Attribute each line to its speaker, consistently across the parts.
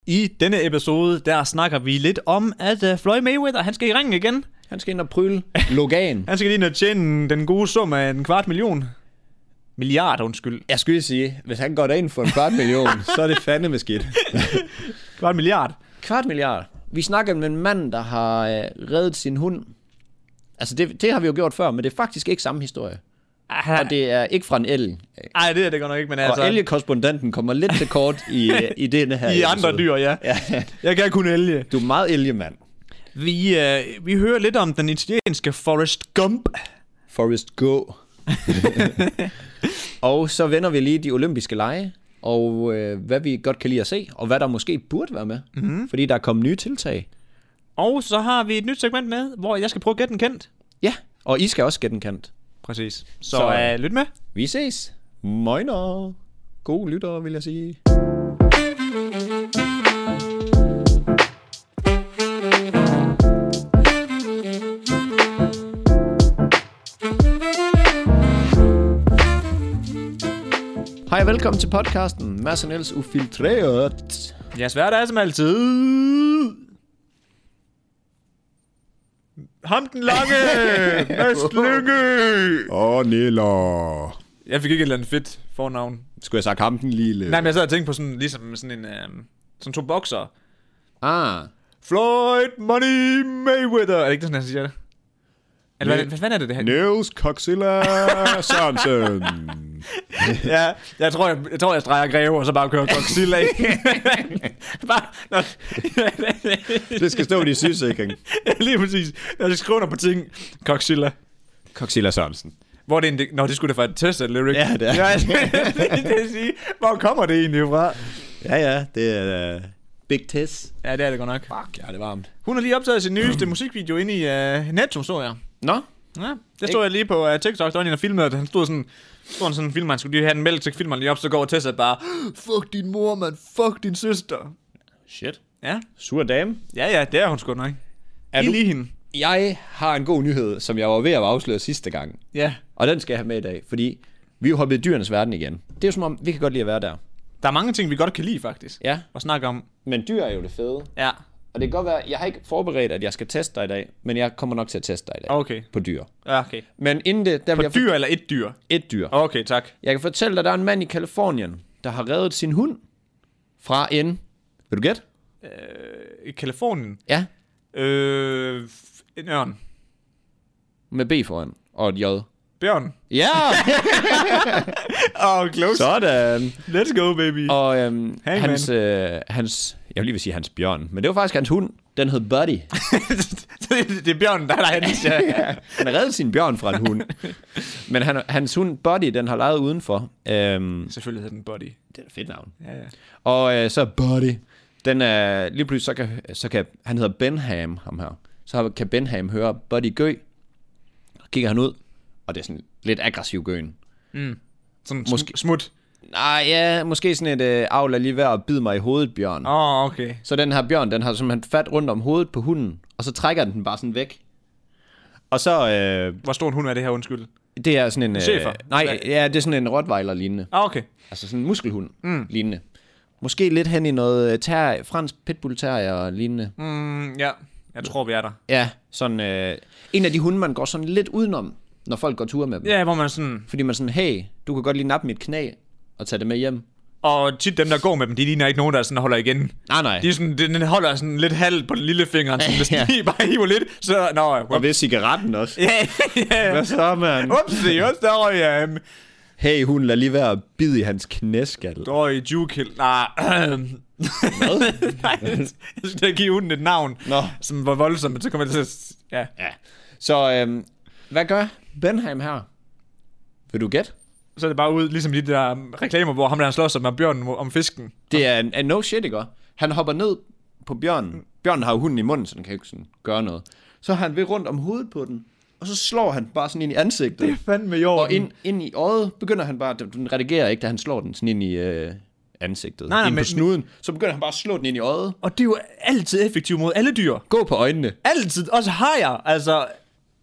Speaker 1: I denne episode, der snakker vi lidt om, at Floyd Mayweather, han skal i ringen igen.
Speaker 2: Han skal ind og prøve Logan.
Speaker 1: Han skal ind og tjene den gode sum af 250.000. Milliard, undskyld.
Speaker 2: Jeg skulle sige, hvis han går derind for 250.000, så er det fandeme skidt.
Speaker 1: 250 milliard.
Speaker 2: 250 milliard. Vi snakker med en mand, der har reddet sin hund. Altså, det har vi jo gjort før, men det er faktisk ikke samme historie. Og det er ikke fra en elg.
Speaker 1: Nej, det er det godt nok ikke, men altså...
Speaker 2: Og elgekorrespondenten kommer lidt til kort i denne her
Speaker 1: I
Speaker 2: episode.
Speaker 1: andre dyr, ja. Jeg kan kun elge.
Speaker 2: Du er meget elgemand.
Speaker 1: Vi hører lidt om den italienske Forrest Gump.
Speaker 2: Forrest Go. Og så vender vi lige de olympiske lege, og hvad vi godt kan lide at se, og hvad der måske burde være med. Mm-hmm. Fordi der er kommet nye tiltag.
Speaker 1: Og så har vi et nyt segment med, hvor jeg skal prøve at gætte den kendt.
Speaker 2: Ja, og I skal også gætte den kendt.
Speaker 1: Præcis. Så lyt med.
Speaker 2: Vi ses. Moiner. God lytter, vil jeg sige. Hej og velkommen til podcasten Mads og Niels Ufiltreret.
Speaker 1: Jeres hverdag er som altid. Ham den lange. Mads Lyngø.
Speaker 2: Niller.
Speaker 1: Jeg fik ikke et eller andet fedt fornavn.
Speaker 2: Skulle jeg sagt ham den lille?
Speaker 1: Nej, men jeg sad og tænkte på sådan, ligesom sådan en, sådan to bokser. Floyd Money Mayweather. Er det ikke sådan, han siger det? Eller hvad er det her?
Speaker 2: Niels Coxilla Sørensen.
Speaker 1: Ja, jeg tror, jeg streger Greve, og så bare kører Coxilla.
Speaker 2: Det skal stå i sygesikring.
Speaker 1: Ja, lige præcis. Jeg skal skrive under på ting. Coxilla.
Speaker 2: Coxilla Sørensen.
Speaker 1: Hvor det egentlig... Nå, det skulle da fra et test, lyric.
Speaker 2: Ja, det er.
Speaker 1: Ja, det vil sige, hvor kommer det egentlig fra?
Speaker 2: Ja, det er Big Tess.
Speaker 1: Ja, det er det godt nok.
Speaker 2: Fuck, ja, det er varmt.
Speaker 1: Hun har lige optaget sin nyeste musikvideo inde i Netto, så jeg.
Speaker 2: Nå?
Speaker 1: Ja, det stod jeg lige på TikTok, der var en, der filmede, at han stod sådan en film, han skulle lige have en mælk, så filmer lige op, så går Tessa bare, fuck din mor, man, fuck din søster.
Speaker 2: Shit.
Speaker 1: Ja.
Speaker 2: Sur dame.
Speaker 1: Ja, det er hun sgu nok. Er du lige hende?
Speaker 2: Jeg har en god nyhed, som jeg var ved at afsløre sidste gang.
Speaker 1: Ja.
Speaker 2: Og den skal jeg have med i dag, fordi vi er jo hoppet i dyrenes verden igen. Det er jo som om, vi kan godt lide at være der.
Speaker 1: Der er mange ting, vi godt kan lide, faktisk.
Speaker 2: Ja.
Speaker 1: At snakke om.
Speaker 2: Men dyr er jo det fede.
Speaker 1: Ja.
Speaker 2: Og det kan godt være, jeg har ikke forberedt, at jeg skal teste dig i dag, men jeg kommer nok til at teste dig i dag.
Speaker 1: Okay.
Speaker 2: På dyr.
Speaker 1: Ja, okay.
Speaker 2: Men inden det, der
Speaker 1: på
Speaker 2: vil jeg...
Speaker 1: dyr eller et dyr?
Speaker 2: Et dyr.
Speaker 1: Okay, tak.
Speaker 2: Jeg kan fortælle dig, der er en mand i Californien, der har reddet sin hund fra en... Vil du gætte?
Speaker 1: I Californien?
Speaker 2: Ja.
Speaker 1: En ørn.
Speaker 2: Med B foran. Og et J.
Speaker 1: Bjørn.
Speaker 2: Ja!
Speaker 1: Close.
Speaker 2: Sådan.
Speaker 1: Let's go, baby.
Speaker 2: Og hans... Jeg vil lige vil sige hans bjørn, men det var faktisk hans hund. Den hed Buddy.
Speaker 1: Det er bjørnen, der er hans. Ja.
Speaker 2: Han har reddet sin bjørn fra en hund. Men hans hund Buddy, den har leget udenfor.
Speaker 1: Selvfølgelig hedder den Buddy.
Speaker 2: Det er et fedt navn.
Speaker 1: Ja.
Speaker 2: Og så Buddy. Den er lige pludselig, så kan han hedder Benham, ham her. Så kan Benham høre Buddy gø. Og kigger han ud, og det er sådan lidt aggressiv gøen.
Speaker 1: Sådan smut.
Speaker 2: Nej, ja, måske sådan et avl er lige ved at bide mig i hovedet, bjørn.
Speaker 1: Okay.
Speaker 2: Så den her bjørn, den har simpelthen fat rundt om hovedet på hunden, og så trækker den bare sådan væk. Og så...
Speaker 1: Hvor stor en hund er det her, undskyld?
Speaker 2: Det er sådan en...
Speaker 1: Schæfer?
Speaker 2: Nej, ja, det er sådan en rottweiler-lignende.
Speaker 1: Okay.
Speaker 2: Altså sådan en muskelhund-lignende. Måske lidt hen i noget fransk pitbull-terrier-lignende.
Speaker 1: Ja, jeg tror, vi er der.
Speaker 2: Ja, sådan... en af de hunde, man går sådan lidt udenom, når folk går tur med dem.
Speaker 1: Ja, hvor man sådan...
Speaker 2: Fordi man sådan, hey, du kan godt lige nappe mit knæ og tage det med hjem.
Speaker 1: Og tit dem, der går med dem, de ligner ikke nogen, der sådan holder igen.
Speaker 2: Nej.
Speaker 1: De er sådan, den holder sådan lidt halv på den lille finger, sådan, hvis de bare hiver lidt, så...
Speaker 2: Og ved cigaretten også.
Speaker 1: Ja.
Speaker 2: Hvad så, mand?
Speaker 1: Upsi, også der røg jeg...
Speaker 2: Hey, hun lader lige være at bide i hans knæskal.
Speaker 1: Der røg i jukill. Nej.
Speaker 2: Hvad?
Speaker 1: Nej, jeg skulle give hunden et navn, som var voldsomt, men så kommer jeg til at... Ja.
Speaker 2: Så, hvad gør Benham her? Vil du gætte?
Speaker 1: Så er det bare ud, ligesom de der reklamer, hvor ham der slås med bjørnen om fisken.
Speaker 2: Det er en no shit, ikke? Han hopper ned på bjørnen. Bjørnen har jo hunden i munden, så den kan ikke sådan gøre noget. Så har han ved rundt om hovedet på den, og så slår han bare sådan ind i ansigtet.
Speaker 1: Det er fandme i orden.
Speaker 2: Og ind i øjet begynder han bare, den reagerer ikke, da han slår den sådan ind i ansigtet.
Speaker 1: Nej,
Speaker 2: ind på snuden. Så begynder han bare at slå den ind i øjet.
Speaker 1: Og det er jo altid effektivt mod alle dyr.
Speaker 2: Gå på øjnene.
Speaker 1: Altid. Også hajer. Altså,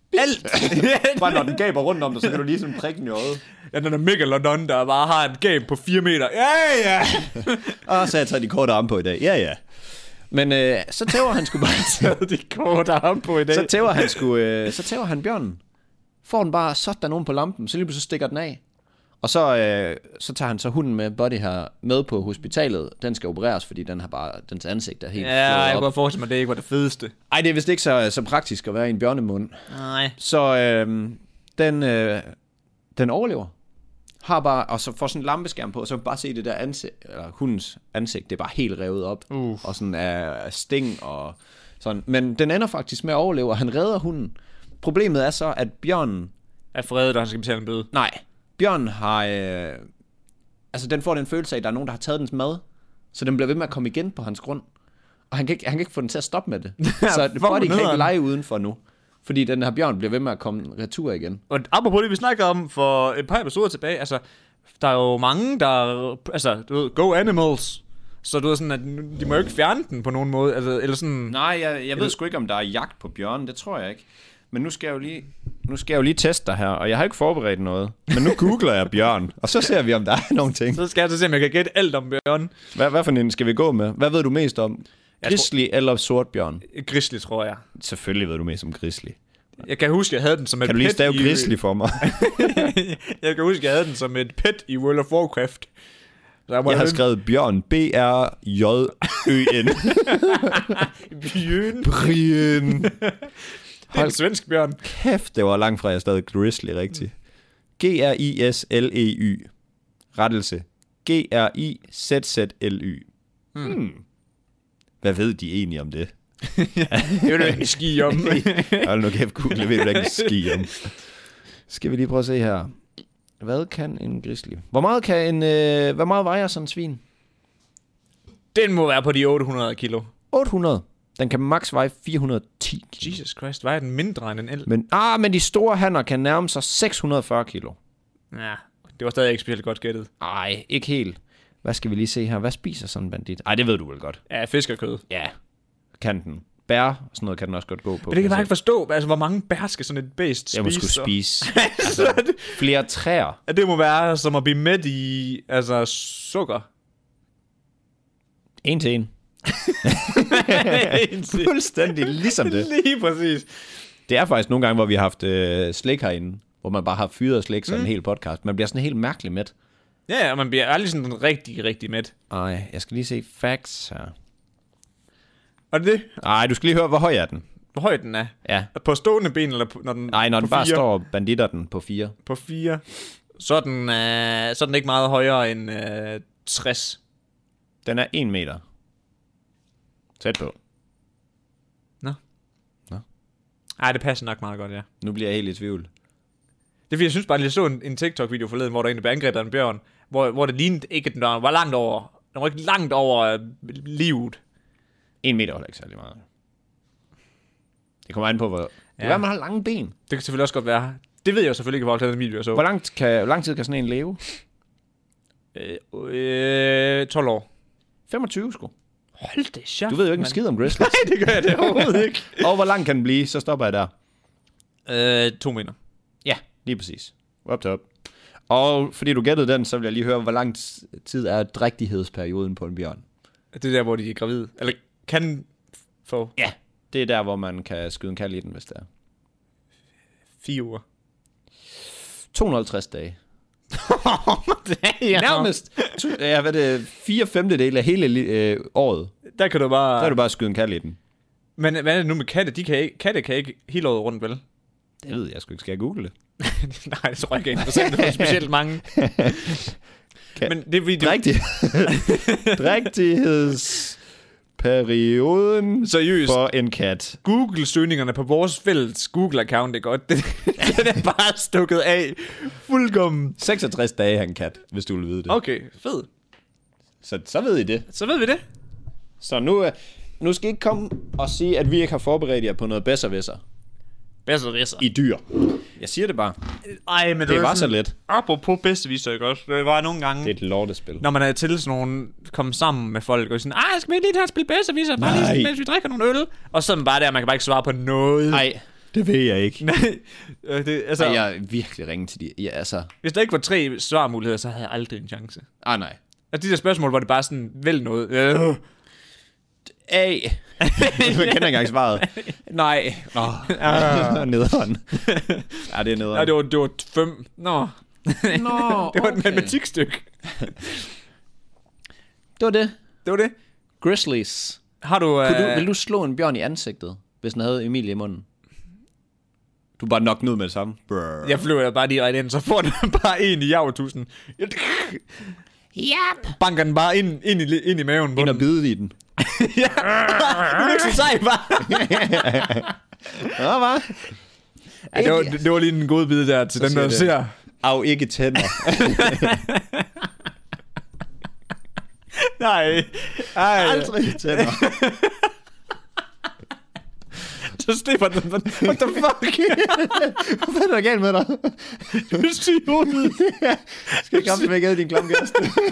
Speaker 1: Alt.
Speaker 2: Bare når den gaber rundt om dig, så kan du lige sådan prikke den i øjet.
Speaker 1: Ja, den der Megalodon, der bare har et gab på 4 meter. Ja.
Speaker 2: Og så tager de korte arme på i dag. Ja. Men så tæver han sgu bare.
Speaker 1: De korte arme på i dag.
Speaker 2: Så tæver han bjørnen. Får den bare sådan nogen på lampen, så lige pludselig stikker den af. Og så tager han så hunden med Buddy her med på hospitalet. Den skal opereres, fordi dens ansigt er helt
Speaker 1: Ja, jeg
Speaker 2: op.
Speaker 1: kunne forestille mig, at det ikke var det fedeste.
Speaker 2: Ej, det er vist ikke så praktisk at være i en bjørnemund.
Speaker 1: Nej.
Speaker 2: Så den overlever. Har bare, og så får sådan en lampeskærm på, så kan man bare se det der ansigt, eller hundens ansigt, det er bare helt revet op. Og sådan af sting og sådan. Men den ender faktisk med at overleve, og han redder hunden. Problemet er så, at bjørnen...
Speaker 1: Er fredet, og han skal betale en bøde.
Speaker 2: Nej, bjørnen har... den får den følelse af, at der er nogen, der har taget dens mad, så den bliver ved med at komme igen på hans grund. Og han kan ikke få den til at stoppe med det. Så Buddy kan ikke lege udenfor nu. Fordi den her bjørn bliver ved med at komme retur igen.
Speaker 1: Og apropos det, vi snakker om for et par episoder tilbage, altså, der er jo mange, der, altså, du ved, go animals. Så du ved sådan, at de må jo ikke fjerne den på nogen måde, altså, eller sådan...
Speaker 2: Nej, jeg ved sgu ikke, om der er jagt på bjørnen, det tror jeg ikke. Men nu skal jeg jo lige teste dig her, og jeg har ikke forberedt noget. Men nu googler jeg bjørn, og så ser vi, om der er nogle ting.
Speaker 1: Så skal jeg så se, om jeg kan gætte alt om bjørn.
Speaker 2: Hvad for en skal vi gå med? Hvad ved du mest om? Grizzly eller sortbjørn?
Speaker 1: Grizzly, tror jeg.
Speaker 2: Selvfølgelig ved du mest om grizzly.
Speaker 1: Jeg kan huske, jeg havde den som et pet.
Speaker 2: Kan du lige stave grizzly for mig?
Speaker 1: Jeg kan huske, jeg havde den som et pet i World of Warcraft.
Speaker 2: Jeg har skrevet bjørn. B-R-J-Ø-N.
Speaker 1: Bjørn.
Speaker 2: Brian.
Speaker 1: Det er en svensk bjørn.
Speaker 2: Kæft, det var langt fra, jeg stadig grizzly rigtigt. G-R-I-S-L-E-Y. Rettelse. G-R-I-Z-Z-L-Y. Hvad ved de egentlig om det?
Speaker 1: Det vil du ikke ski om.
Speaker 2: Hold nu kæft, Google, ved du ikke ski om. Skal vi lige prøve at se her. Hvad kan en grizzly? Hvor meget vejer sådan en svin?
Speaker 1: Den må være på de 800 kilo.
Speaker 2: 800. Den kan maks veje 410 kilo.
Speaker 1: Jesus Christ, vejer den mindre end en el?
Speaker 2: Men de store hanner kan nærme sig 640 kilo.
Speaker 1: Ja, det var stadig ikke specielt godt gættet.
Speaker 2: Nej, ikke helt. Hvad skal vi lige se her? Hvad spiser sådan en bandit? Ej, det ved du vel godt.
Speaker 1: Ja, fisk og kød.
Speaker 2: Ja, kan den. Bær og sådan noget kan den også godt gå på.
Speaker 1: Men det kan jeg ikke forstå, altså hvor mange bær skal sådan et bæst spise?
Speaker 2: Jeg må sgu spise flere træer.
Speaker 1: Det må være som at blive mæt i sukker.
Speaker 2: En til en. Fuldstændig ligesom det.
Speaker 1: Lige præcis.
Speaker 2: Det er faktisk nogle gange, hvor vi har haft slik herinde, hvor man bare har fyret slik sådan en hel podcast. Man bliver sådan helt mærkelig mæt.
Speaker 1: Ja, og man bliver aldrig sådan rigtig, rigtig mæt.
Speaker 2: Ej, jeg skal lige se facts her.
Speaker 1: Og det?
Speaker 2: Ej, du skal lige høre, hvor høj er den?
Speaker 1: Hvor høj den er?
Speaker 2: Ja.
Speaker 1: På stående ben, eller når den...
Speaker 2: Nej, når den bare står og banditter den på 4.
Speaker 1: På 4. Så er den ikke meget højere end 60.
Speaker 2: Den er 1 meter. Tæt på.
Speaker 1: Nå. Ej, det passer nok meget godt, ja.
Speaker 2: Nu bliver jeg helt i tvivl.
Speaker 1: Det er fordi, jeg synes bare, at jeg så en TikTok-video forleden, hvor der egentlig blev angrebet af en bjørn, hvor det lignede ikke, at den var langt over. Den var ikke langt over livet.
Speaker 2: 1 meter holder ikke særlig meget. Det kommer an på, hvor... Det er, man har lange ben.
Speaker 1: Det kan selvfølgelig også godt være. Det ved jeg jo selvfølgelig ikke, hvor den video jeg så.
Speaker 2: Hvor lang tid kan sådan en leve?
Speaker 1: 12 år.
Speaker 2: 25 sgu.
Speaker 1: Hold det sjovt.
Speaker 2: Du ved jo ikke en skid om grizzlies.
Speaker 1: Nej, det gør jeg det overhovedet ikke.
Speaker 2: Og hvor lang kan den blive? Så stopper jeg der.
Speaker 1: 2 meter.
Speaker 2: Ja, lige præcis. Up top. Og fordi du gættede den, så vil jeg lige høre, hvor lang tid er drægtighedsperioden på en bjørn?
Speaker 1: Det er der, hvor de er gravide. Eller kan få...
Speaker 2: Ja, det er der, hvor man kan skyde en kalv i den, hvis det er.
Speaker 1: 4 uger.
Speaker 2: 250 dage.
Speaker 1: Ja.
Speaker 2: Nærmest. Ja, hvad det 4/5 af hele året.
Speaker 1: Der kan du bare...
Speaker 2: Der er du bare skyde en kalv i den.
Speaker 1: Men hvad er det nu med katte? Katte kan ikke hele året rundt, vel?
Speaker 2: Det ved jeg sgu ikke. Skal jeg google det?
Speaker 1: Nej, det tror jeg ikke er interessant. Det er specielt mange. Men det er fordi...
Speaker 2: Drægtighedsperioden
Speaker 1: seriøst.
Speaker 2: For en kat.
Speaker 1: Google-søgningerne på vores fælles Google-account, det er godt. Det er bare stukket af. Fuldkommen.
Speaker 2: 66 dage har en kat, hvis du vil vide det.
Speaker 1: Okay, fed.
Speaker 2: Så ved I det.
Speaker 1: Så ved vi det.
Speaker 2: Så nu skal I ikke komme og sige, at vi ikke har forberedt jer på noget bedservisser.
Speaker 1: Bedservisser.
Speaker 2: I dyr. Jeg siger det bare.
Speaker 1: Ej, men
Speaker 2: det var så let.
Speaker 1: Apropos bedservisser, ikke også? Det var nogle gange...
Speaker 2: Det er et lortespil.
Speaker 1: Når man er til sådan nogle... Komme sammen med folk og sådan... Skal vi ikke lige tage et spil bedservisser? Bare lige, mens vi drikker nogle øl. Og så er man bare der, man kan bare ikke svare på noget.
Speaker 2: Nej. Det ved jeg ikke.
Speaker 1: Nej, altså...
Speaker 2: Ej, jeg er virkelig ringe til de... Ja, altså...
Speaker 1: Hvis der ikke var 3 svarmuligheder, så havde jeg aldrig en chance.
Speaker 2: Nej.
Speaker 1: Altså de der spørgsmål, hvor det bare sådan, vælg noget.
Speaker 2: A. Jeg kender ikke engang svaret. Nej. Nederen. Ja, det er nederen.
Speaker 1: Ja, det var 5. Nå. Det var et matematikstykke.
Speaker 2: Det var det.
Speaker 1: Det var det.
Speaker 2: Grizzlies.
Speaker 1: Har du...
Speaker 2: Vil du slå en bjørn i ansigtet, hvis den havde Emilie i munden? Du er bare nok ud med det samme. Brrr.
Speaker 1: Jeg flyver bare direkte ind, så får den bare en i javertusen.
Speaker 2: Yep.
Speaker 1: Banker den bare ind i maven på
Speaker 2: ind
Speaker 1: den.
Speaker 2: og bide i den.
Speaker 1: Ja. Du er ikke så sej, bare.
Speaker 2: Ja, hvad?
Speaker 1: Ja, det var lige en god bid der til den, der ser.
Speaker 2: Au, ikke tænder.
Speaker 1: Nej.
Speaker 2: Aldrig tænder.
Speaker 1: Så Stefan, what the fuck?
Speaker 2: Hvad er der galt med dig?
Speaker 1: Du er syg hovedet.
Speaker 2: Skal jeg komme væk af din klamme gæst?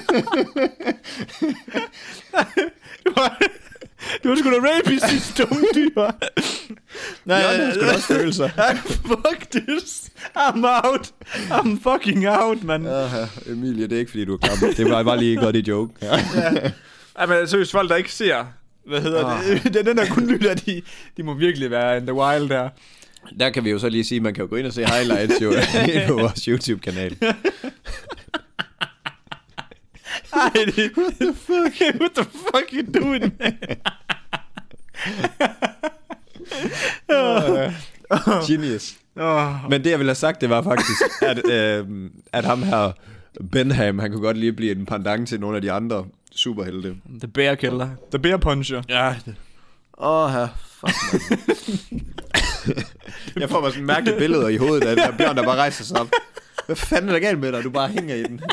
Speaker 1: Du var sgu da rapist, i dumme dyr.
Speaker 2: Nej, jeg skal også følelser.
Speaker 1: Fuck this. I'm out. I'm fucking out, man.
Speaker 2: Emilie, det er ikke fordi, du er klam. Det var bare lige godt i joke. Ja.
Speaker 1: Ej, men seriøst, folk, der ikke ser... Hvad hedder det? Den der kun lytter, de må virkelig være in the wild der.
Speaker 2: Der kan vi jo så lige sige, at man kan jo gå ind og se highlights jo på vores YouTube-kanal.
Speaker 1: Ej, what the fuck you doing, man?
Speaker 2: Genius. Men det, jeg ville have sagt, det var faktisk, at ham her, Benham, han kunne godt lige blive en pendant til nogle af de andre superhelte.
Speaker 1: The Bear Killer. The Bear Puncher.
Speaker 2: Ja. Fuck, jeg får bare sådan mærkelige billeder i hovedet af den der bjørn, der bare rejser sig op. Hvad fanden er der galt med dig? Du bare hænger i den.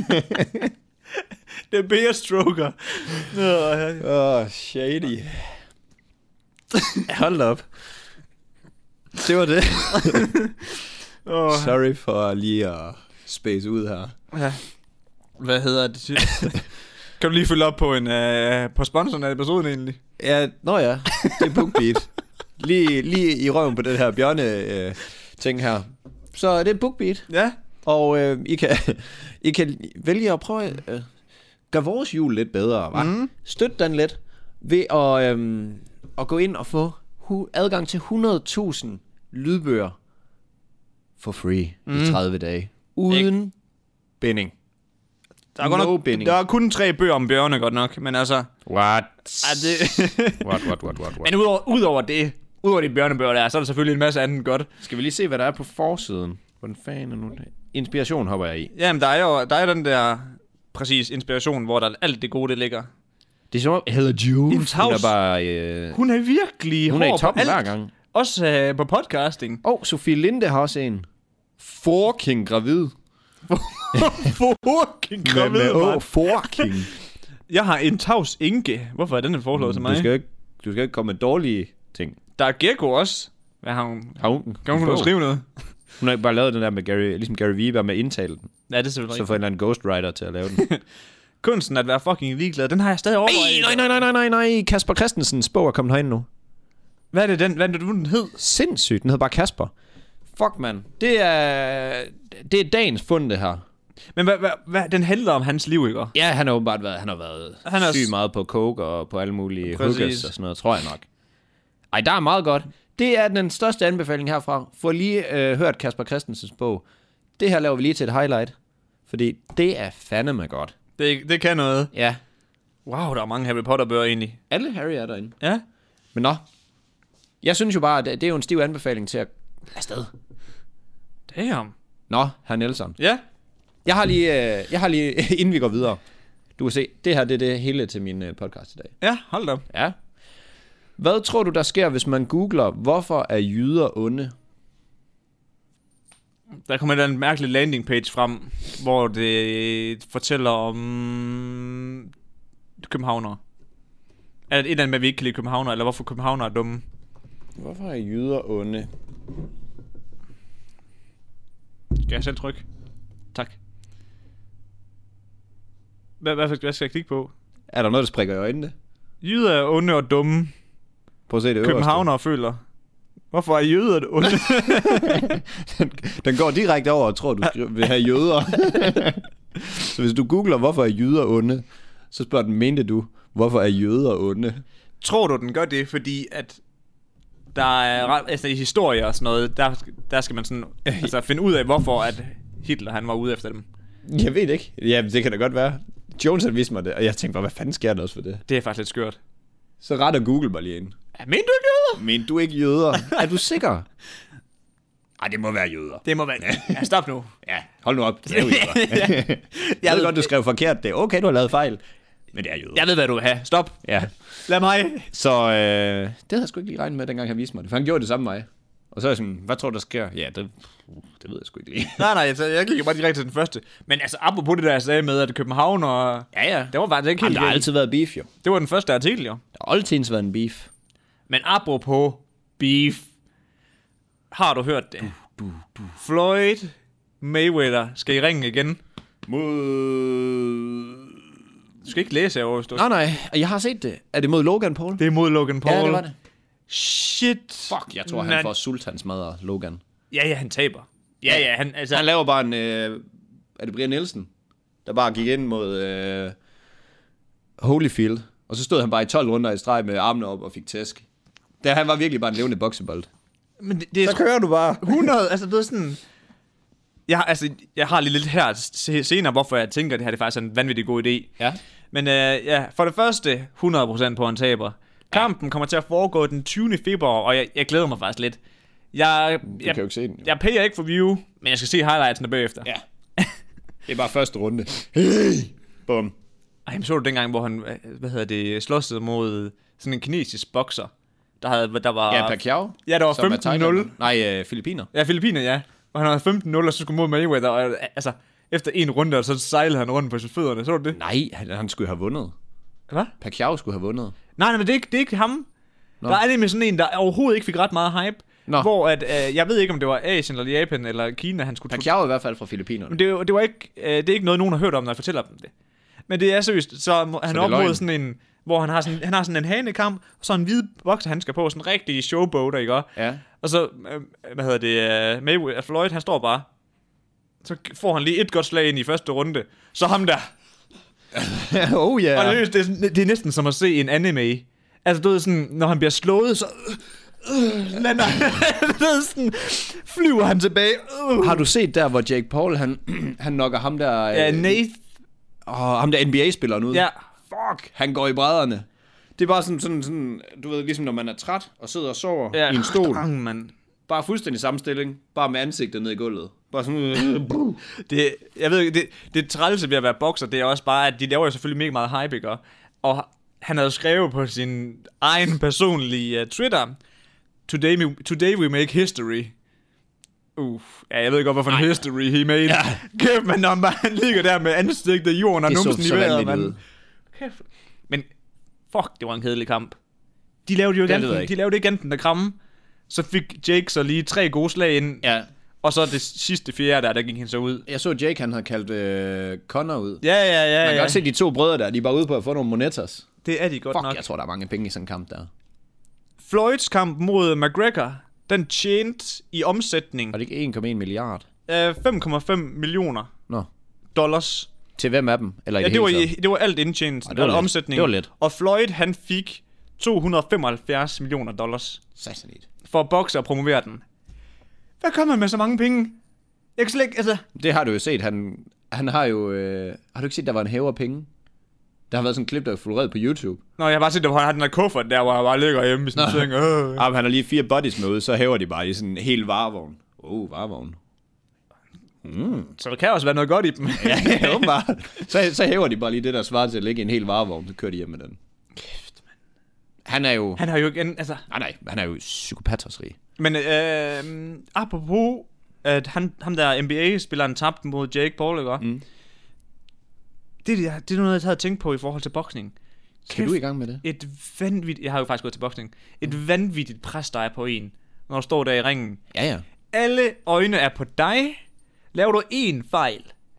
Speaker 1: The Bear Stroker.
Speaker 2: Shady. Hold op. Det var det. Sorry for lige at space ud her.
Speaker 1: Ja. Hvad hedder det? Kan du lige følge op på sponsoren af episoden egentlig?
Speaker 2: Ja, det er BookBeat. lige i røven på den her bjørne ting her. Så det er BookBeat.
Speaker 1: Ja.
Speaker 2: Og I kan vælge at prøve gøre vores jul lidt bedre, hva? Mm. Støt den lidt ved at gå ind og få adgang til 100.000 lydbøger for free i 30 dage. Uden binding.
Speaker 1: Der er kun 3 bøger om bjørne, godt nok, men altså...
Speaker 2: What?
Speaker 1: What? Men udover de bjørnebøger der, så er der selvfølgelig en masse andet godt.
Speaker 2: Skal vi lige se, hvad der er på forsiden? Hvordan fanden er nu det? Inspiration hopper jeg i.
Speaker 1: Jamen, der er den der præcis inspiration, hvor der alt det gode, det ligger.
Speaker 2: Det er som om Hella Juve. Hun er bare...
Speaker 1: hun er virkelig
Speaker 2: hun er i toppen hver gang.
Speaker 1: Også på podcasting.
Speaker 2: Sofie Linde har også en. Fucking gravid.
Speaker 1: Fucking gravid,
Speaker 2: fucking.
Speaker 1: Jeg har en tavs Inge. Hvorfor er den foreslået til mig?
Speaker 2: Du skal ikke komme med dårlige ting.
Speaker 1: Der er Gekko også. Hvad har hun? Kan hun skrive noget?
Speaker 2: Hun har bare lavet den der med Gary Vee, med at indtale den.
Speaker 1: Ja, det er selvfølgelig.
Speaker 2: Så får en eller anden ghostwriter til at lave den.
Speaker 1: Kunsten at være fucking ligeglad, den har jeg stadig overvejet.
Speaker 2: Nej. Kasper Christensens bog er kommet herind nu.
Speaker 1: Hvad er det den hed?
Speaker 2: Sindssygt, den hedder bare Kasper. Fuck, man. Det er dagens fund, det her.
Speaker 1: Men hvad den handler om hans liv, ikke?
Speaker 2: Ja, han har åbenbart været sygt meget på coke og på alle mulige hookers og sådan noget, tror jeg nok. Ej, der er meget godt. Det er den største anbefaling herfra. Få lige hørt Kasper Christensens bog. Det her laver vi lige til et highlight. Fordi det er fandeme godt.
Speaker 1: Det kan noget.
Speaker 2: Ja.
Speaker 1: Wow, der er mange Harry Potter bøger egentlig.
Speaker 2: Alle Harry er derinde.
Speaker 1: Ja.
Speaker 2: Men nå. Jeg synes jo bare, at det er jo en stiv anbefaling til at afsted.
Speaker 1: Damn.
Speaker 2: Nå, herr Nielsen.
Speaker 1: Ja.
Speaker 2: Jeg har lige inden vi går videre. Du kan se, det her det er det hele til min podcast i dag.
Speaker 1: Ja, hold da.
Speaker 2: Ja. Hvad tror du, der sker, hvis man googler, hvorfor er jyder onde?
Speaker 1: Der kommer en mærkelig landing page frem, hvor det fortæller om københavnere. Er det et eller andet med, at vi ikke kan lide københavnere, eller hvorfor københavnere er dumme?
Speaker 2: Hvorfor er jyder onde?
Speaker 1: Skal jeg selv trykke? Tak. Hvad skal jeg klikke på?
Speaker 2: Er der noget, der springer i øjnene?
Speaker 1: Jyder er onde og dumme.
Speaker 2: Prøv at se det øverste.
Speaker 1: Københavnere føler. Hvorfor er jøder onde?
Speaker 2: Den går direkte over og tror, du vil have jøder. Så hvis du googler, hvorfor er jøder onde, så spørger den, mente du, hvorfor er jøder onde?
Speaker 1: Tror du, den gør det, fordi at der er, altså i historie og sådan noget, der skal man sådan, altså finde ud af, hvorfor at Hitler, han var ude efter dem.
Speaker 2: Jeg ved ikke. Ja, det kan da godt være. Jones han viste mig det, og jeg tænkte bare, hvad fanden sker der også for det?
Speaker 1: Det er faktisk lidt skørt.
Speaker 2: Så retter Google mig lige ind.
Speaker 1: Ja, mener du ikke jøder?
Speaker 2: Men du ikke jøder? Er du sikker? Ej, det må være jøder.
Speaker 1: Det må være. Ja, stop nu.
Speaker 2: Ja, hold nu op. Det er jo jøder. Jeg ved godt, du skrev forkert. Det er okay, du har lavet fejl. Men det er jøder.
Speaker 1: Jeg ved, hvad du vil have. Stop.
Speaker 2: Ja.
Speaker 1: Lad mig.
Speaker 2: Så det havde jeg sgu ikke lige regnet med, dengang han viste mig det. For han gjorde det samme med mig. Og så er jeg sådan, hvad tror du, der sker? Ja, det ved jeg sgu ikke lige.
Speaker 1: Nej, så jeg gik bare direkte til den første. Men altså, apropos det der, jeg sagde med, at København og...
Speaker 2: Ja.
Speaker 1: Det var faktisk ikke helt...
Speaker 2: Der har altid været beef, jo.
Speaker 1: Det var den første artikel, jo.
Speaker 2: Der har altid været en beef.
Speaker 1: Men apropos beef. Har du hørt det? Floyd Mayweather skal i ringen igen. Du skal ikke læse herovre.
Speaker 2: Nej, jeg har set det. Er det mod Logan Paul?
Speaker 1: Det er mod Logan Paul.
Speaker 2: Ja, det var det.
Speaker 1: Shit.
Speaker 2: Fuck, jeg tror, han får sultansmadret Logan.
Speaker 1: Ja, han taber. Ja, han... Altså...
Speaker 2: Han laver bare en... er det Brian Nielsen? Der bare gik ind mod Holyfield. Og så stod han bare i 12 runder i streg med armene op og fik tæsk. Han var virkelig bare en levende boksebold.
Speaker 1: Men det
Speaker 2: så kører du bare.
Speaker 1: 100, altså det er sådan... Jeg har lige lidt her senere, hvorfor jeg tænker, at det her det er faktisk en vanvittig god idé.
Speaker 2: Ja.
Speaker 1: Men for det første, 100% på en taber. Kampen kommer til at foregå den 20. februar, og jeg glæder mig faktisk lidt.
Speaker 2: Du kan jo ikke se den. Jo.
Speaker 1: Jeg payer ikke for view, men jeg skal se highlightsene bagefter.
Speaker 2: Ja. Det er bare første runde. Hey! Bum.
Speaker 1: Ej, så du dengang, hvor han, slåsede mod sådan en kinesisk bokser. Der var...
Speaker 2: Ja, Pacquiao.
Speaker 1: Ja, der var 15-0.
Speaker 2: Nej, Filippiner.
Speaker 1: Ja, Filippiner, ja. Og han havde 15-0, og så skulle mod Mayweather, og altså, efter en runde, og så sejlede han rundt på sine fødderne. Så du det?
Speaker 2: Nej, han skulle have vundet.
Speaker 1: Hvad?
Speaker 2: Pacquiao skulle have vundet.
Speaker 1: Nej, men det er ikke ham. Nå. Der er nemlig sådan en, der overhovedet ikke fik ret meget hype. Nå. Hvor at, jeg ved ikke, om det var Asien eller Japan eller Kina, han skulle...
Speaker 2: Pacquiao er i hvert fald fra Filippinerne.
Speaker 1: Men det var ikke, det er ikke noget, nogen har hørt om, når jeg fortæller dem det. Men det er seriøst, så han op mod sådan en... Hvor han har sådan en hanekamp, og så en hvid boksehandsker på, sådan en rigtig showboater, ikke også?
Speaker 2: Ja.
Speaker 1: Og så, Mayweather, Floyd, han står bare, så får han lige et godt slag ind i første runde, så ham der.
Speaker 2: Oh yeah.
Speaker 1: Og det er næsten som at se en anime. Altså, du ved sådan, når han bliver slået, så... lander sådan, flyver han tilbage.
Speaker 2: Har du set der, hvor Jake Paul, han knocker ham der...
Speaker 1: Ja, Nate.
Speaker 2: Ham der NBA-spilleren ud.
Speaker 1: Ja.
Speaker 2: Fuck, han går i brædderne. Det er bare sådan, du ved, ligesom når man er træt og sidder og sover i en stol. Bare fuldstændig samme stilling, bare med ansigtet ned i gulvet. Bare sådan...
Speaker 1: Jeg ved ikke, det trælse ved at være bokser, det er også bare, at de laver jo selvfølgelig mega meget hype, ikke? Og han havde skrevet på sin egen personlige Twitter, Today we make history. Ja, jeg ved godt, hvorfor en history he made. Ja. Kæft, men når han ligger der med ansigtet i jorden og numsen i vejret, man. Kæft. Men fuck, det var en kedelig kamp. De lavede jo ikke enten der kramme. Så fik Jake så lige 3 gode slag ind. Ja. Og så det sidste fjerde der gik han så ud.
Speaker 2: Jeg så Jake, han havde kaldt Conor ud.
Speaker 1: Ja.
Speaker 2: Man kan godt se de 2 brødre der, de er bare ude på at få nogle monetas.
Speaker 1: Det er de godt nok.
Speaker 2: Jeg tror, der er mange penge i sådan en kamp der.
Speaker 1: Floyds kamp mod McGregor, den tjente i omsætning.
Speaker 2: Var det ikke 1,1 milliard?
Speaker 1: 5,5 millioner dollars.
Speaker 2: Til hvem af dem? Eller
Speaker 1: det var alt indtjent. Det var omsætning.
Speaker 2: Det var lidt.
Speaker 1: Og Floyd, han fik 275 millioner dollars.
Speaker 2: Satanet.
Speaker 1: For at bokse og promovere den. Hvad gør man med så mange penge? Jeg kan slet ikke, altså...
Speaker 2: Det har du jo set. Han har jo... har du ikke set, der var en hæver penge? Der har været sådan en klip, der er floreret på YouTube.
Speaker 1: Nå, jeg har bare set, at han har den der kuffert der, hvor han bare ligger hjemme i sådan en seng.
Speaker 2: Han har lige 4 buddies med ud, så hæver de bare i sådan en hel varevogn. Varevogn.
Speaker 1: Så der kan også være noget godt i dem.
Speaker 2: Ja, åbenbart. Så hæver de bare lige det, der svarer til at ligge i en hel varevogn, så kører de hjem med den.
Speaker 1: Kæft, mand.
Speaker 2: Han
Speaker 1: har jo igen, altså...
Speaker 2: Nej, han er jo psykopatosrig.
Speaker 1: Men apropos, at ham der NBA-spilleren tabte mod Jake Paul, ikke? Det er noget, jeg havde tænkt på i forhold til boksning.
Speaker 2: Skal du i gang med det?
Speaker 1: Jeg har jo faktisk gået til boksning. Et vanvittigt pres, der er på en, når du står der i ringen.
Speaker 2: Ja.
Speaker 1: Alle øjne er på dig. Laver du én fejl,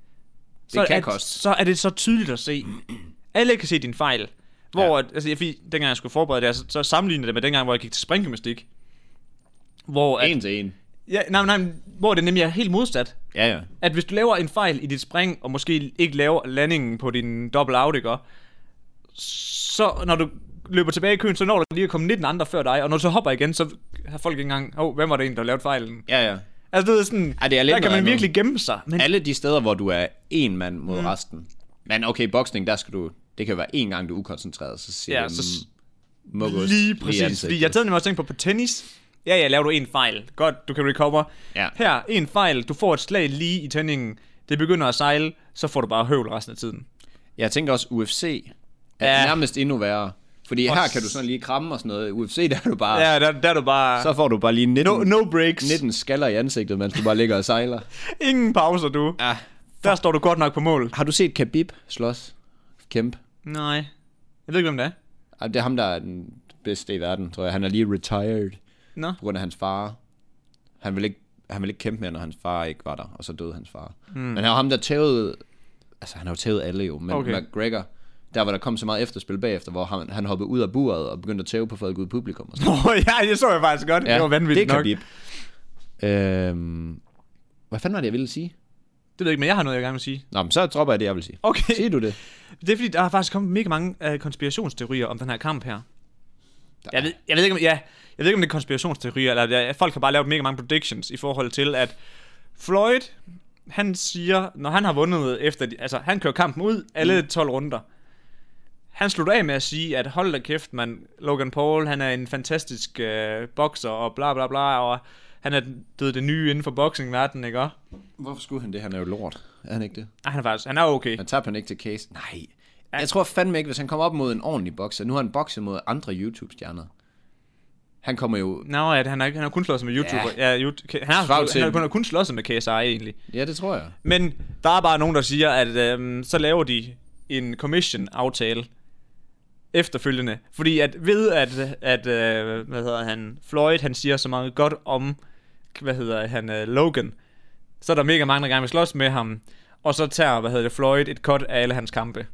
Speaker 1: så er det så tydeligt at se. Alle kan se din fejl. Hvor, dengang jeg skulle forberede det, så sammenlignede det med dengang, hvor jeg gik til springgymnastik. Hvor
Speaker 2: En til en.
Speaker 1: Ja, nej, hvor det nemlig er helt modsat.
Speaker 2: Ja.
Speaker 1: At hvis du laver en fejl i dit spring, og måske ikke laver landingen på din double out, ikke? Så når du løber tilbage i køen, så når du lige at komme 19 andre før dig, og når du så hopper igen, så har folk ikke engang, hvem var det en, der lavede fejlen?
Speaker 2: Ja.
Speaker 1: Altså, det er sådan,
Speaker 2: det er lidt
Speaker 1: der kan man
Speaker 2: andet.
Speaker 1: virkelig gemme sig. Men
Speaker 2: Alle de steder, hvor du er en mand mod resten. Men okay, boksning, der skal du... Det kan jo være en gang, du er ukoncentreret, så siger
Speaker 1: Ja,
Speaker 2: det
Speaker 1: så
Speaker 2: mukkos
Speaker 1: lige
Speaker 2: i
Speaker 1: præcis.
Speaker 2: ansigtet.
Speaker 1: Fordi jeg havde nemlig også tænkt på tennis. Ja, laver du en fejl. Godt, du kan recover.
Speaker 2: Ja.
Speaker 1: Her, en fejl. Du får et slag lige i tændingen. Det begynder at sejle, så får du bare høvl resten af tiden.
Speaker 2: Jeg tænker også, UFC er nærmest endnu værre. Fordi her kan du sådan lige kramme og sådan noget. UFC, der er du bare...
Speaker 1: Ja, der er du bare...
Speaker 2: Så får du bare lige 19,
Speaker 1: no breaks.
Speaker 2: 19 skaller i ansigtet, mens du bare ligger og sejler.
Speaker 1: Ingen pauser, du.
Speaker 2: Ja.
Speaker 1: Der står du godt nok på mål.
Speaker 2: Har du set Khabib slås? Kæmpe?
Speaker 1: Nej. Jeg ved ikke, hvem det er.
Speaker 2: Det er ham, der er den bedste i verden, tror jeg. Han er lige retired
Speaker 1: Nå.
Speaker 2: på grund af hans far. Han ville ikke kæmpe mere, når hans far ikke var der, og så døde hans far. Men han var ham, der tævede... Altså, han har jo tævet alle jo, men okay. McGregor... Der hvor der kom så meget efterspil bagefter, hvor han hoppede ud af buret og begyndte at tæve på folk ud i publikum. Og
Speaker 1: Ja, det så jeg faktisk godt.
Speaker 2: Ja,
Speaker 1: det var vanvittigt
Speaker 2: det
Speaker 1: nok.
Speaker 2: Khabib. Hvad fanden var det, jeg ville sige?
Speaker 1: Det ved jeg ikke, men jeg har noget, jeg gerne vil sige.
Speaker 2: Nå, men så dropper jeg det, jeg vil sige.
Speaker 1: Okay.
Speaker 2: Siger du det?
Speaker 1: Det er fordi, der har faktisk kommet mega mange konspirationsteorier om den her kamp her. Jeg ved ikke, om det er konspirationsteorier, eller folk har bare lavet mega mange predictions i forhold til, at Floyd, han siger, når han har vundet efter... Altså, han kører kampen ud, alle 12 runder. Han slutter af med at sige, at hold da kæft, man, Logan Paul, han er en fantastisk bokser, og bla bla bla, og han er det nye inden for boxingverdenen, ikke?
Speaker 2: Hvorfor skulle han det? Han er jo lort. Er han ikke det?
Speaker 1: Nej, han er okay.
Speaker 2: Han tager han ikke til case. Nej. Jeg tror fandme ikke, hvis han kommer op mod en ordentlig bokser. Nu har han bokset mod andre YouTube-stjerner. Han kommer jo...
Speaker 1: Nå, ja, han har kun slået sig med YouTuber. Ja, han har kun slået sig med KSI egentlig.
Speaker 2: Ja, det tror jeg.
Speaker 1: Men der er bare nogen, der siger, at så laver de en commission-aftale efterfølgende. Fordi at ved, at Floyd, han siger så meget godt om, Logan, så er der mega mange, der gerne vil slås med ham. Og så tager, Floyd et cut af alle hans kampe.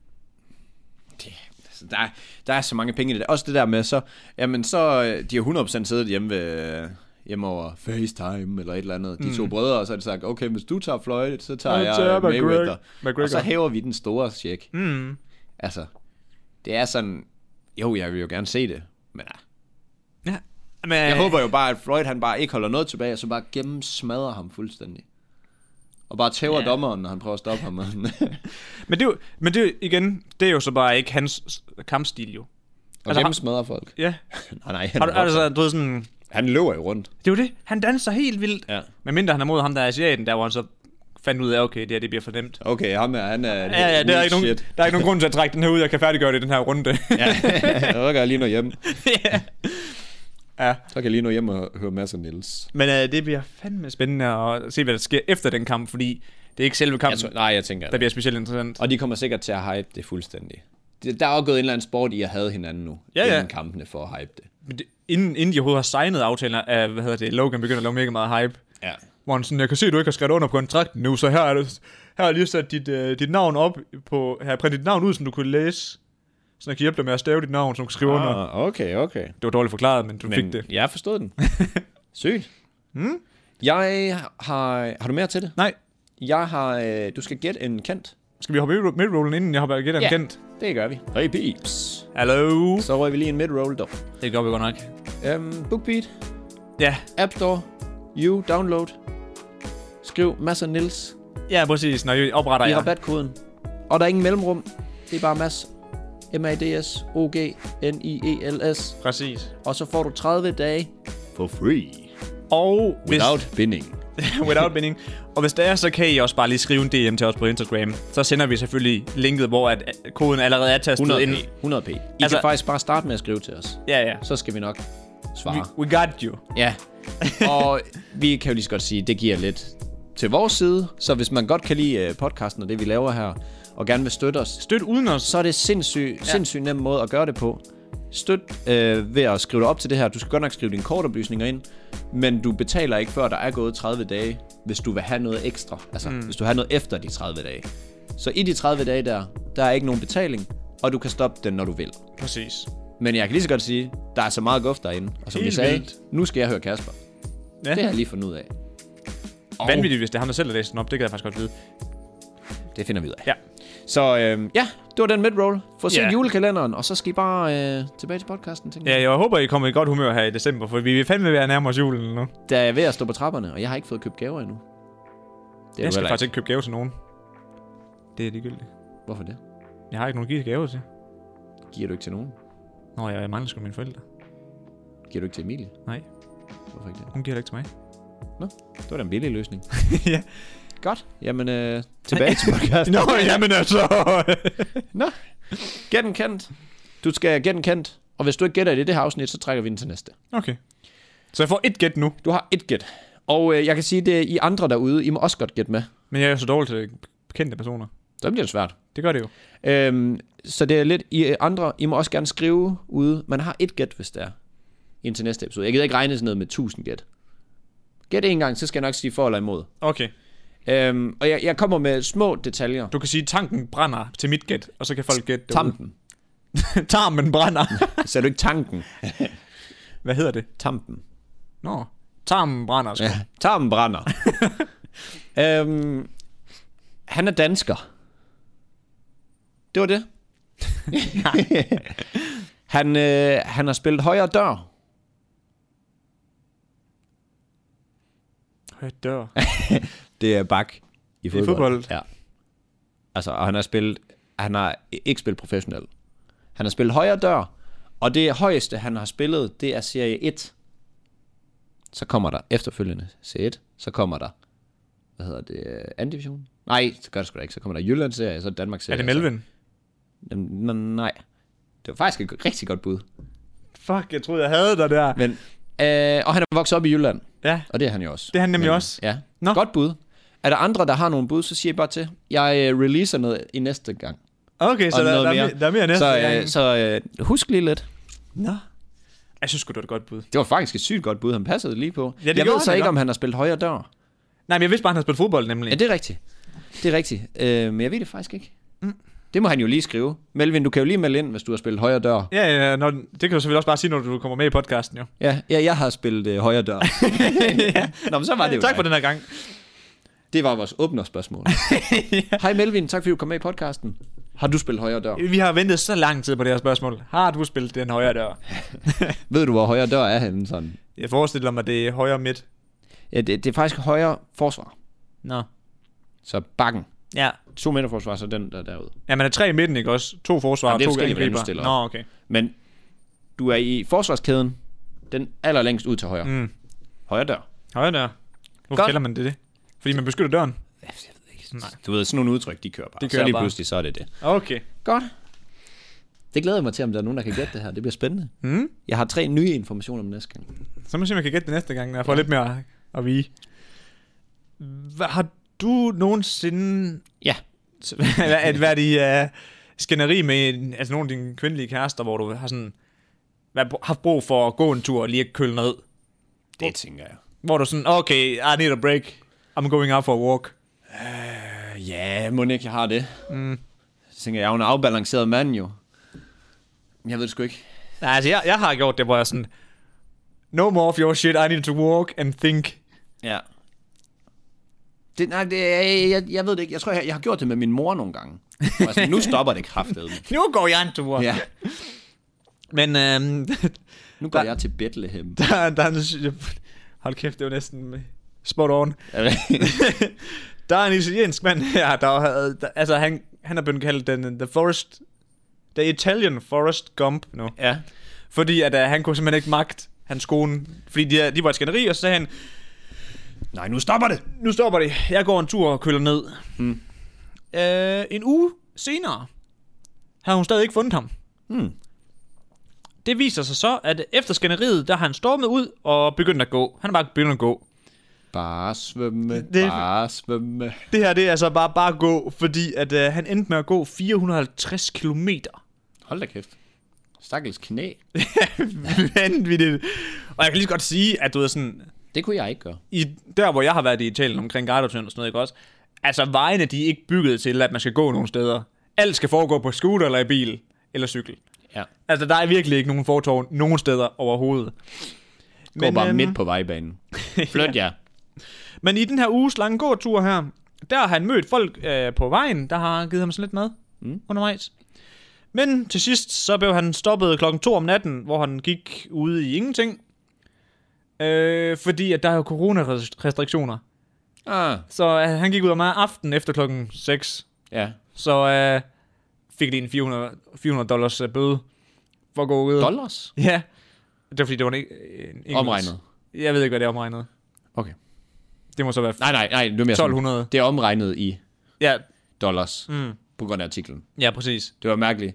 Speaker 2: Der er så mange penge i det. Også det der med, så de har 100% siddet hjemme over FaceTime eller et eller andet. De to brødre, og så har de sagt, okay, hvis du tager Floyd, så tager jeg Mayweather. Og så hæver vi den store check. Altså, det er sådan, jo, jeg vil jo gerne se det, men
Speaker 1: ja. Men
Speaker 2: jeg håber jo bare, at Floyd, han bare ikke holder noget tilbage, og så bare gennemsmadrer ham fuldstændig. Og bare tæver dommeren, når han prøver at stoppe ham.
Speaker 1: men det er jo, igen, det er jo så bare ikke hans kampstil jo.
Speaker 2: Og gennemsmadrer folk.
Speaker 1: Ja.
Speaker 2: nej,
Speaker 1: du ved sådan...
Speaker 2: Han løber jo rundt.
Speaker 1: Det er jo det. Han danser helt vildt.
Speaker 2: Ja.
Speaker 1: Men mindre han er mod ham, der er asiaten, der hvor han så fandt ud af, okay, det bliver for nemt.
Speaker 2: Okay, han er...
Speaker 1: Ja, der er ikke nogen grund til at trække den her ud. Jeg kan færdiggøre det i den her runde.
Speaker 2: Ja, så kan jeg lige nå hjem.
Speaker 1: Ja.
Speaker 2: Så kan jeg lige nå hjem og høre Mads og Niels.
Speaker 1: Men det bliver fandme spændende at se, hvad der sker efter den kamp, fordi det er ikke selve kampen,
Speaker 2: jeg tænker
Speaker 1: der bliver specielt interessant.
Speaker 2: Og de kommer sikkert til at hype det fuldstændig. Der er også gået en eller anden sport i at have hinanden nu. Inden kampene for at hype det. Men
Speaker 1: inden de overhovedet har signet aftaler af, Logan begynder at lave mega meget hype.
Speaker 2: Ja.
Speaker 1: Hvor han sådan, jeg kan se, at du ikke har skrevet under på kontrakten nu, så her har jeg lige sat dit navn op på... Her har printet dit navn ud, som du kunne læse. Så jeg kan hjælpe dig med at stave dit navn, så du kan skrive under.
Speaker 2: Okay.
Speaker 1: Det var dårligt forklaret, men du fik det.
Speaker 2: Jeg forstod den. Sygt. Jeg har du mere til det?
Speaker 1: Nej.
Speaker 2: Du skal gætte en kendt.
Speaker 1: Skal vi hoppe midrollen, inden jeg hopper gætte en kendt?
Speaker 2: Det gør vi. Hey peeps.
Speaker 1: Hallo.
Speaker 2: Så rører vi lige en midroll dog.
Speaker 1: Det gør vi godt nok.
Speaker 2: BookBeat.
Speaker 1: Ja.
Speaker 2: App Store. Download. Skriv Mads og Niels.
Speaker 1: Ja, præcis, når I opretter
Speaker 2: i rabatkoden. Og der er ingen mellemrum. Det er bare Mads. MADS-OGNIELS.
Speaker 1: Præcis.
Speaker 2: Og så får du 30 dage for free.
Speaker 1: Og
Speaker 2: without binding.
Speaker 1: Without binding. Og hvis det er, så kan I også bare lige skrive en DM til os på Instagram. Så sender vi selvfølgelig linket, hvor at koden allerede er tastet ind.
Speaker 2: 100p. I kan faktisk bare starte med at skrive til os.
Speaker 1: Ja.
Speaker 2: Så skal vi nok svare.
Speaker 1: We got you.
Speaker 2: Ja. Og vi kan jo lige så godt sige, det giver lidt til vores side. Så hvis man godt kan lide podcasten og det, vi laver her, og gerne vil støtte os.
Speaker 1: Støt uden os.
Speaker 2: Så er det sindssygt nem måde at gøre det på. Støt ved at skrive dig op til det her. Du skal godt nok skrive dine kortoplysninger ind, men du betaler ikke før der er gået 30 dage, hvis du vil have noget ekstra. Altså, hvis du har noget efter de 30 dage. Så i de 30 dage der er ikke nogen betaling, og du kan stoppe den, når du vil.
Speaker 1: Præcis.
Speaker 2: Men jeg kan lige så godt sige, der er så meget guf derinde. Og som vi sagde, nu skal jeg høre Kasper. Ja. Det har jeg lige fundet ud af.
Speaker 1: Vanvittigt, hvis det er ham, der selv har læst den op. Det kan jeg faktisk godt vide.
Speaker 2: Det finder vi ud af.
Speaker 1: Ja.
Speaker 2: Så det var den midroll. Få set julekalenderen, og så skal I bare tilbage til podcasten, tænker jeg.
Speaker 1: Ja, jeg håber, I kommer i godt humør her i december, for vi er fandme ved at nærme os julen nu.
Speaker 2: Der er ved at stå på trapperne, og jeg har ikke fået købt gaver endnu.
Speaker 1: Jeg skal faktisk ikke købe gaver til nogen. Det er ligegyldigt.
Speaker 2: Hvorfor det?
Speaker 1: Jeg har ikke nogen gaver til.
Speaker 2: Giver du ikke til nogen?
Speaker 1: Nå, jeg mangler sgu mine forældre.
Speaker 2: Giver du ikke til Emilie?
Speaker 1: Nej.
Speaker 2: Hvorfor ikke det?
Speaker 1: Hun giver det ikke til mig.
Speaker 2: Nå, det var da en billig løsning.
Speaker 1: Ja.
Speaker 2: Godt. Jamen, tilbage til podcasten.
Speaker 1: Nå, jamen altså.
Speaker 2: Nå, gæt den kendt. Du skal gætte den kendt. Og hvis du ikke gætter i det her afsnit, så trækker vi den til næste.
Speaker 1: Okay. Så jeg får et gæt nu.
Speaker 2: Du har et gæt. Og jeg kan sige, det er I andre derude. I må også godt gætte med.
Speaker 1: Men jeg er jo så dårlig til kendte personer.
Speaker 2: Så bliver det svært.
Speaker 1: Det gør det jo.
Speaker 2: Så det er lidt, I andre, I må også gerne skrive ude. Man har et gæt, hvis det er. Indtil næste episode. Jeg gider ikke regne sådan noget med 1000 gæt. Gæt en gang, så skal jeg nok sige for eller imod.
Speaker 1: Okay.
Speaker 2: Og jeg kommer med små detaljer.
Speaker 1: Du kan sige, at tanken brænder til mit gæt, og så kan folk gætte det.
Speaker 2: Tampen.
Speaker 1: Tarmen brænder.
Speaker 2: Så er du ikke tanken.
Speaker 1: Hvad hedder det?
Speaker 2: Tampen.
Speaker 1: Nå, tarmen brænder sgu.
Speaker 2: Ja, tarmen brænder. Han er dansker. Det var det. Han har spillet højre dør.
Speaker 1: Højre dør?
Speaker 2: Det er bak i fodbold.
Speaker 1: I fodbold?
Speaker 2: Ja. Altså, og han har ikke spillet professionelt. Han har spillet højre dør, og det højeste, han har spillet, det er serie 1. Så kommer der efterfølgende serie 1, så kommer der, hvad hedder det, anden division? Nej, så gør det sgu da ikke. Så kommer der Jylland-serie, så Danmark-serie.
Speaker 1: Er det Melvin?
Speaker 2: Nej. Det var faktisk et rigtig godt bud.
Speaker 1: Fuck, jeg troede, jeg havde dig der.
Speaker 2: Men, og han er vokset op i Jylland.
Speaker 1: Ja.
Speaker 2: Og det er han jo også.
Speaker 1: Det er han nemlig også.
Speaker 2: Ja.
Speaker 1: Nå.
Speaker 2: Godt bud. Er der andre, der har nogle bud, så siger jeg bare til. Jeg releaser noget i næste gang.
Speaker 1: Okay, så der er mere næste gang.
Speaker 2: Så husk lige lidt.
Speaker 1: Nå. Jeg synes sgu, det var et godt bud.
Speaker 2: Det var faktisk et sygt godt bud, han passede lige på.
Speaker 1: Ja,
Speaker 2: jeg ved så ikke, om han har spillet højre dør.
Speaker 1: Nej, men jeg vidste bare, han har spillet fodbold nemlig.
Speaker 2: Ja, det er rigtigt. Det er rigtigt. Men jeg ved det faktisk ikke. Det må han jo lige skrive. Melvin, du kan jo lige melde ind, hvis du har spillet højre dør.
Speaker 1: Ja, det kan du selvfølgelig også bare sige, når du kommer med i podcasten, jo.
Speaker 2: Ja, jeg har spillet højre dør.
Speaker 1: Ja.
Speaker 2: Nå, men så var det jo.
Speaker 1: Tak for den her gang.
Speaker 2: Det var vores åbnerspørgsmål. Hej Melvin, tak fordi du kom med i podcasten. Har du spillet højre dør?
Speaker 1: Vi har ventet så lang tid på det her spørgsmål. Har du spillet den højre dør?
Speaker 2: Ved du, hvor højre dør er henne sådan?
Speaker 1: Jeg forestiller mig, det er højre midt.
Speaker 2: Ja, det er faktisk højre forsvar.
Speaker 1: Nå.
Speaker 2: Så bakken.
Speaker 1: Ja.
Speaker 2: 2 meter forsvar, så den der derude.
Speaker 1: Ja, men er 3 i midten, ikke også? 2 forsvar og 2 angriber. Nå, okay.
Speaker 2: Men du er i forsvarskæden, den allerlængst ud til højre. Højre dør.
Speaker 1: Højre dør. Hvorfor kalder man det? Fordi man beskytter døren?
Speaker 2: Jeg ved ikke. Nej. Du ved, sådan nogle udtryk, de kører bare.
Speaker 1: De kører
Speaker 2: så lige
Speaker 1: bare.
Speaker 2: Pludselig, så er det det.
Speaker 1: Okay.
Speaker 2: Godt. Det glæder jeg mig til, om der er nogen, der kan gætte det her. Det bliver spændende. Jeg har 3 nye informationer om næste gang.
Speaker 1: Så må jeg se, om jeg kan gætte det næste gang, når jeg får lidt mere at vide. Har du nogensinde...
Speaker 2: Ja.
Speaker 1: været i skænderi med altså nogle af dine kvindelige kærester, hvor du har sådan haft brug for at gå en tur og lige at køle ned?
Speaker 2: Det tænker jeg.
Speaker 1: Hvor du sådan, okay, I need a break. I'm going out for a walk.
Speaker 2: Ja, må ikke, jeg har det. Så tænker jeg, er jo en afbalanceret mand jo. Jeg ved det sgu ikke.
Speaker 1: Nej, altså jeg har gjort det, hvor jeg sådan, no more of your shit, I need to walk and think.
Speaker 2: Ja. Jeg ved det ikke. Jeg tror, jeg har gjort det med min mor nogle gange. Altså, nu stopper det kraftedeme.
Speaker 1: Nu går jeg en tur.
Speaker 2: Ja.
Speaker 1: Men
Speaker 2: nu går jeg til Bethlehem.
Speaker 1: Hold kæft, det var næsten spot on. Der er en italiensk mand her, der havde, altså han er blevet kaldt the Italian Forrest Gump nu.
Speaker 2: Ja.
Speaker 1: Fordi at han kunne simpelthen ikke magt hans kone, fordi de var et skænderi, og så sagde han,
Speaker 2: nej, nu stopper det.
Speaker 1: Nu stopper det. Jeg går en tur og køler ned. En uge senere har hun stadig ikke fundet ham. Det viser sig så, at efter skænderiet, der har han stormet ud og begyndt at gå. Han er bare begyndt at gå.
Speaker 2: Bare svømme.
Speaker 1: Det her, det er altså bare gå, fordi at han endte med at gå 450 kilometer.
Speaker 2: Hold da kæft. Stakkels knæ.
Speaker 1: Vanvittigt. Og jeg kan lige så godt sige, at du er sådan...
Speaker 2: Det kunne jeg ikke gøre.
Speaker 1: Der, hvor jeg har været i Italien omkring Gardasøen og sådan noget, ikke også? Altså, vejene, de er ikke bygget til, at man skal gå nogle steder. Alt skal foregå på scooter eller i bil eller cykel.
Speaker 2: Ja.
Speaker 1: Altså, der er virkelig ikke nogen fortov nogen steder overhovedet.
Speaker 2: Går bare midt på vejbanen. Flyt jer.
Speaker 1: Men i den her uges lange gåtur her, der har han mødt folk på vejen, der har givet ham sådan lidt mad undervejs. Men til sidst, så blev han stoppet 2:00 om natten, hvor han gik ude i ingenting. Fordi at der er jo coronarestriktioner. Så han gik ud om aftenen efter 6.
Speaker 2: Ja.
Speaker 1: Så fik de en $400 bøde for at gå ud.
Speaker 2: Dollars?
Speaker 1: Ja. Det var fordi, det var en
Speaker 2: omregnet?
Speaker 1: Jeg ved ikke, hvad det er omregnet.
Speaker 2: Okay.
Speaker 1: Det må så være
Speaker 2: Nej, det er mere
Speaker 1: 1200.
Speaker 2: Det er omregnet i
Speaker 1: dollars.
Speaker 2: På grund af artiklen.
Speaker 1: Ja, præcis.
Speaker 2: Det var mærkeligt.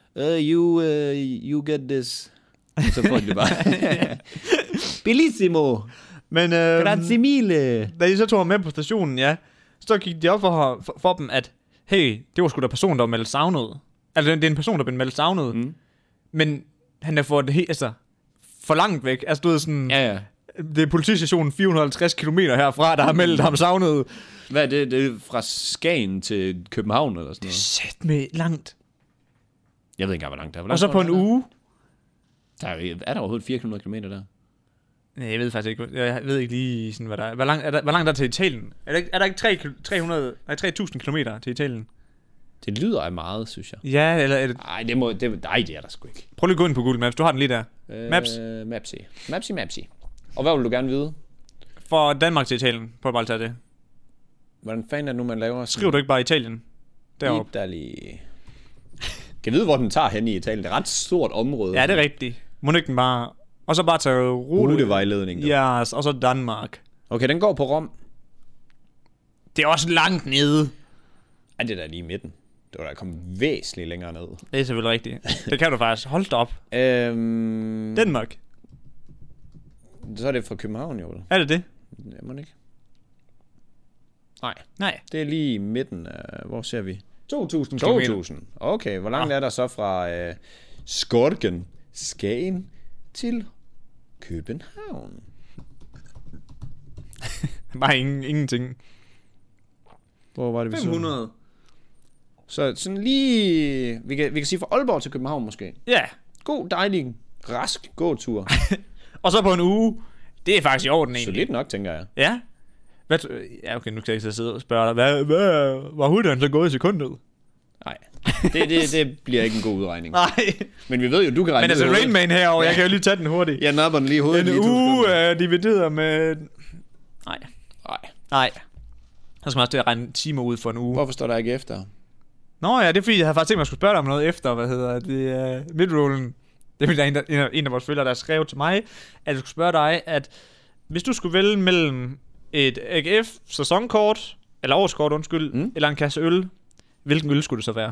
Speaker 2: You get this. Så får de det bare. Bellissimo.
Speaker 1: Men
Speaker 2: grazie mille.
Speaker 1: Da de så tog ham med på stationen, ja, så gik de op for dem, at hey, det var sgu da person, der var meldt savnet. Altså, det er en person, der blev meldt savnet. Men han er for langt væk. Altså, du ved sådan...
Speaker 2: Ja.
Speaker 1: Det er politistationen 450 kilometer herfra, der har meldt ham savnet.
Speaker 2: Hvad er det? Det er fra Skagen til København eller sådan noget?
Speaker 1: Sæt med langt.
Speaker 2: Jeg ved ikke engang, hvor langt det er.
Speaker 1: Og så på en uge.
Speaker 2: Er der overhovedet 400 kilometer der?
Speaker 1: Nej, jeg ved faktisk ikke. Jeg ved ikke lige, sådan, hvad der er. Hvor langt er der til Italien? Er der ikke 3.000 kilometer til Italien?
Speaker 2: Det lyder af meget, synes jeg.
Speaker 1: Ja, eller er det...
Speaker 2: Nej, det er der sgu ikke.
Speaker 1: Prøv lige at gå ind på Google Maps. Du har den lige der.
Speaker 2: Mapsy. Og hvad vil du gerne vide?
Speaker 1: For Danmark til Italien. Prøv bare at tage det.
Speaker 2: Hvordan fanden er det nu, man laver?
Speaker 1: Skriv du ikke bare Italien? Deroppe.
Speaker 2: Italy. Kan vide, hvor den tager hen i Italien? Det er et ret stort område.
Speaker 1: Ja, det er rigtigt. Må ikke den bare... Og så bare tage
Speaker 2: rutevejledning.
Speaker 1: Ja, yes, og så Danmark.
Speaker 2: Okay, den går på Rom.
Speaker 1: Det er også langt nede.
Speaker 2: Ja, det er da lige i midten. Det var da kommet væsentligt længere ned.
Speaker 1: Det er selvfølgelig rigtigt. Det kan du faktisk. Hold da op. Danmark.
Speaker 2: Så er det fra København, jo.
Speaker 1: Er det det?
Speaker 2: Det må ikke.
Speaker 1: Nej.
Speaker 2: Det er lige i midten af... Hvor ser vi?
Speaker 1: 2.000
Speaker 2: km. Okay, hvor langt er der så fra Skorken, Skagen til København?
Speaker 1: Bare ingenting.
Speaker 2: Hvor var det, vi
Speaker 1: 500.
Speaker 2: Så sådan lige... Vi kan sige fra Aalborg til København måske.
Speaker 1: Ja.
Speaker 2: God, dejlig, rask gåtur.
Speaker 1: Og så på en uge. Det er faktisk i orden egentlig.
Speaker 2: Så lidt nok, tænker jeg.
Speaker 1: Ja. Ja, okay, nu skal jeg ikke sidde og spørge dig. Hvad var hurtigt så gået i sekundet?
Speaker 2: Nej, det bliver ikke en god udregning.
Speaker 1: Nej.
Speaker 2: Men vi ved jo, du kan regne.
Speaker 1: Men altså Rain Man herovre, jeg kan jo lige tage den hurtigt.
Speaker 2: Jeg napper den lige i hovedet.
Speaker 1: En uge er divideret med... Nej. Så skal man også til at regne timer ud for en uge.
Speaker 2: Hvorfor står der ikke efter?
Speaker 1: Nå ja, det er fordi, jeg havde faktisk tænkt mig at skulle spørge dig om noget efter, midrollen. Det er der en af vores følgere, der skrev til mig, at jeg skulle spørge dig, at hvis du skulle vælge mellem et AGF sæsonkort, eller årskort, eller en kasse øl, hvilken øl skulle det så være?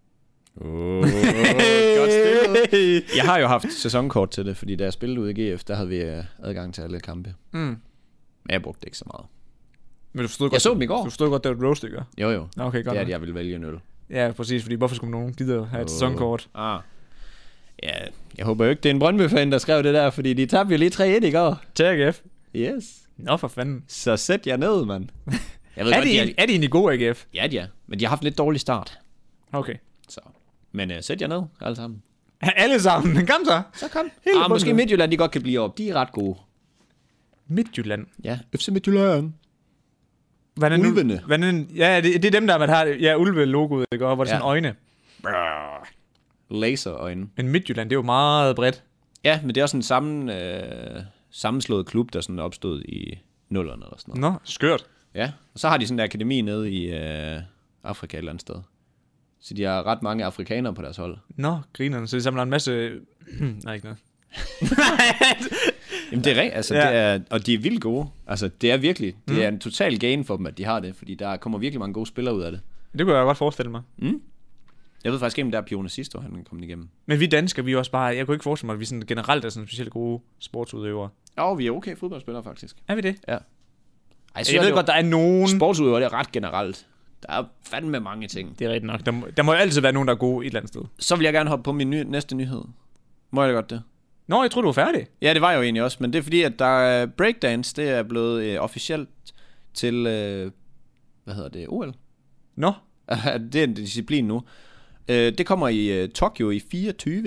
Speaker 2: Godt stillet. Jeg har jo haft sæsonkort til det, fordi da jeg spillede ud i GF, der havde vi adgang til alle kampe. Men jeg brugte det ikke så meget.
Speaker 1: Men du forstod godt,
Speaker 2: jeg så dem i går.
Speaker 1: Du forstod godt, det var et roast, ikke?
Speaker 2: Jo.
Speaker 1: Okay, godt.
Speaker 2: Det er, at jeg ville vælge en øl.
Speaker 1: Ja, præcis, fordi hvorfor skulle nogen gide have et sæsonkort?
Speaker 2: Ja, jeg håber jo ikke, det er en Brøndby-fan, der skrev det der, fordi de tabte jo lige 3-1 i går.
Speaker 1: Til AGF?
Speaker 2: Yes.
Speaker 1: Nå, for fanden.
Speaker 2: Så sæt jer ned, mand.
Speaker 1: Jeg ved er de egentlig gode AGF?
Speaker 2: Ja, men de har haft lidt dårlig start.
Speaker 1: Okay.
Speaker 2: Så. Men sæt jer ned, alle sammen.
Speaker 1: Alle sammen? Kom så.
Speaker 2: Så kom. Måske Midtjylland, de godt kan blive op. De er ret gode.
Speaker 1: Midtjylland?
Speaker 2: Ja, FC Midtjylland.
Speaker 1: Ulvene. Ja, det er dem, der har ulve-logoet, ikke? Hvor det er sådan øjne.
Speaker 2: Laserøjne.
Speaker 1: Men Midtjylland, det er jo meget bredt.
Speaker 2: Ja, men det er også en sammenslået klub, der sådan opstod i 0'erne eller sådan noget.
Speaker 1: Nå, skørt.
Speaker 2: Ja, og så har de sådan en akademi nede i Afrika et eller andet sted. Så de har ret mange afrikanere på deres hold.
Speaker 1: Nå, grinerne. Så de samler en masse... Nej, ikke noget.
Speaker 2: Jamen det er rigtigt, altså, det er, og de er vildt gode. Altså det er virkelig, det er en total gain for dem, at de har det, fordi der kommer virkelig mange gode spillere ud af det.
Speaker 1: Det kunne jeg godt forestille mig.
Speaker 2: Jeg ved faktisk ikke, om der er Pione sidste år, han kom igennem.
Speaker 1: Men vi danskere, vi er også bare, jeg kunne ikke forestille mig, at vi sådan generelt er sådan specielt gode sportsudøvere.
Speaker 2: Ja, vi er okay fodboldspillere faktisk.
Speaker 1: Er vi det?
Speaker 2: Ja.
Speaker 1: Jeg ved godt, der er nogen...
Speaker 2: Sportsudøvere, det er ret generelt. Der er fandme mange ting.
Speaker 1: Det er rigtigt nok. Der må jo altid være nogen, der er gode et eller andet sted.
Speaker 2: Så vil jeg gerne hoppe på min næste nyhed. Må jeg da godt det?
Speaker 1: Nå, jeg tror du var færdig. Ja,
Speaker 2: det var jeg jo egentlig også, men det er fordi, at der er breakdance, det er blevet officielt til, OL.
Speaker 1: Nå.
Speaker 2: Det er en disciplin nu. Det kommer i Tokyo i 24.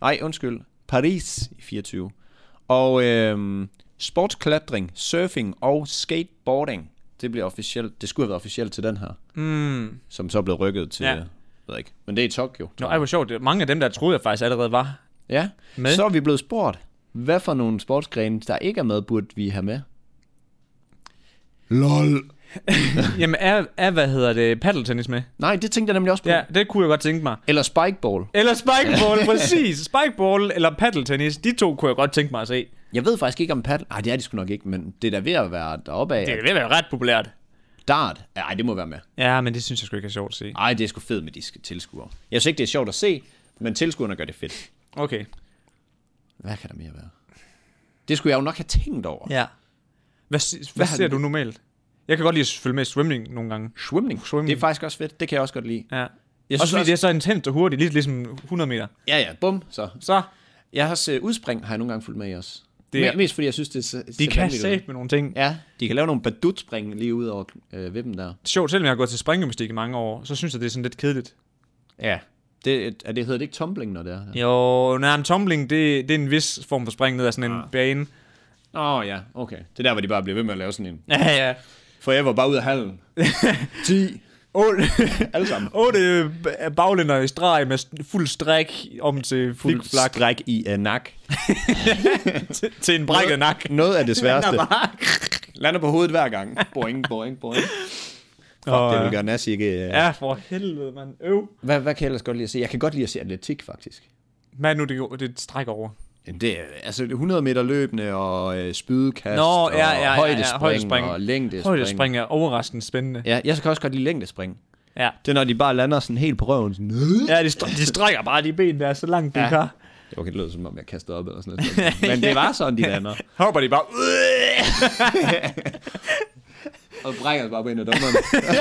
Speaker 2: Nej, undskyld. Paris i 24. Og sportsklatring, surfing og skateboarding. Det bliver officielt. Det skulle have været officielt til den her. Som så blev rykket til, ved ikke. Men det er i Tokyo.
Speaker 1: Nå, hvor sjovt. Mange af dem, der troede jeg faktisk allerede var
Speaker 2: Ja, med. Så er vi blevet spurgt, hvad for nogle sportsgrene, der ikke er med, burde vi have med? LOL.
Speaker 1: Jamen, hvad hedder det, paddeltennis med?
Speaker 2: Nej, det tænkte jeg nemlig også på.
Speaker 1: Ja, det kunne jeg godt tænke mig.
Speaker 2: Eller spikeball.
Speaker 1: Præcis. Spikeball eller paddeltennis, de to kunne jeg godt tænke mig at se.
Speaker 2: Jeg ved faktisk ikke om paddle. Nej, det er de sgu nok ikke, men det er da ved at være deroppe af.
Speaker 1: Det er ved at være ret populært.
Speaker 2: Dart? Nej, det må være med.
Speaker 1: Ja, men det synes jeg sgu ikke er sjovt at se.
Speaker 2: Nej, det er sgu fedt med de tilskuere. Jeg synes ikke, det er sjovt at se, men tilskuerne gør det fedt.
Speaker 1: Okay.
Speaker 2: Hvad kan der mere være? Det skulle jeg jo nok have tænkt over.
Speaker 1: Ja. Hvad ser du normalt? Jeg kan godt lide at følge med i svømning nogle gange.
Speaker 2: Swimming? Det er faktisk også fedt. Det kan jeg også godt lide.
Speaker 1: Ja. Jeg synes også, det er så intenst og hurtigt, ligesom 100 meter.
Speaker 2: Ja, bum, så. Jeg har også udspring, har jeg nogle gange fulgt med i også. Det er mest fordi jeg synes, det er
Speaker 1: de kan sætte med nogle ting.
Speaker 2: Ja, de kan lave nogle badutspring lige ud over vippen der.
Speaker 1: Sjovt, selvom jeg har gået til springgymnastik i mange år, så synes jeg, det er sådan lidt kedeligt.
Speaker 2: Ja. Det hedder det ikke tumbling, når det er?
Speaker 1: Jo, en tumbling, det er en vis form for spring ned ad sådan en bane.
Speaker 2: Ja, okay. Det er der, hvor de bare bliver ved med at lave sådan en.
Speaker 1: Ja.
Speaker 2: Forever, bare ud af hallen. 10.
Speaker 1: 8.
Speaker 2: Alle sammen.
Speaker 1: 8 baglænder i streg med fuld stræk om til
Speaker 2: fuld stræk i nak.
Speaker 1: til en brækket nak.
Speaker 2: Noget af det sværeste. Lander på hovedet hver gang. Boing. Fuck, det vil gøre Nassi ikke...
Speaker 1: Ja, for helvede, mand.
Speaker 2: Hvad kan jeg ellers godt lide at se? Jeg kan godt lide at se atletik, faktisk.
Speaker 1: Hvad nu det strækker over?
Speaker 2: Det er altså 100 meter løbende og spydekast og højdespring og længdespring.
Speaker 1: Højdespring er overraskende spændende.
Speaker 2: Ja, jeg kan også godt lide længdespring.
Speaker 1: Ja.
Speaker 2: Det er, når de bare lander sådan helt på røven. Sådan.
Speaker 1: Ja, de strækker bare de ben der så langt de kan.
Speaker 2: Okay, det lød som om jeg kastede op eller sådan noget. Men det var sådan, de lander.
Speaker 1: Hopper de bare...
Speaker 2: og brækker bare på en af dommerne.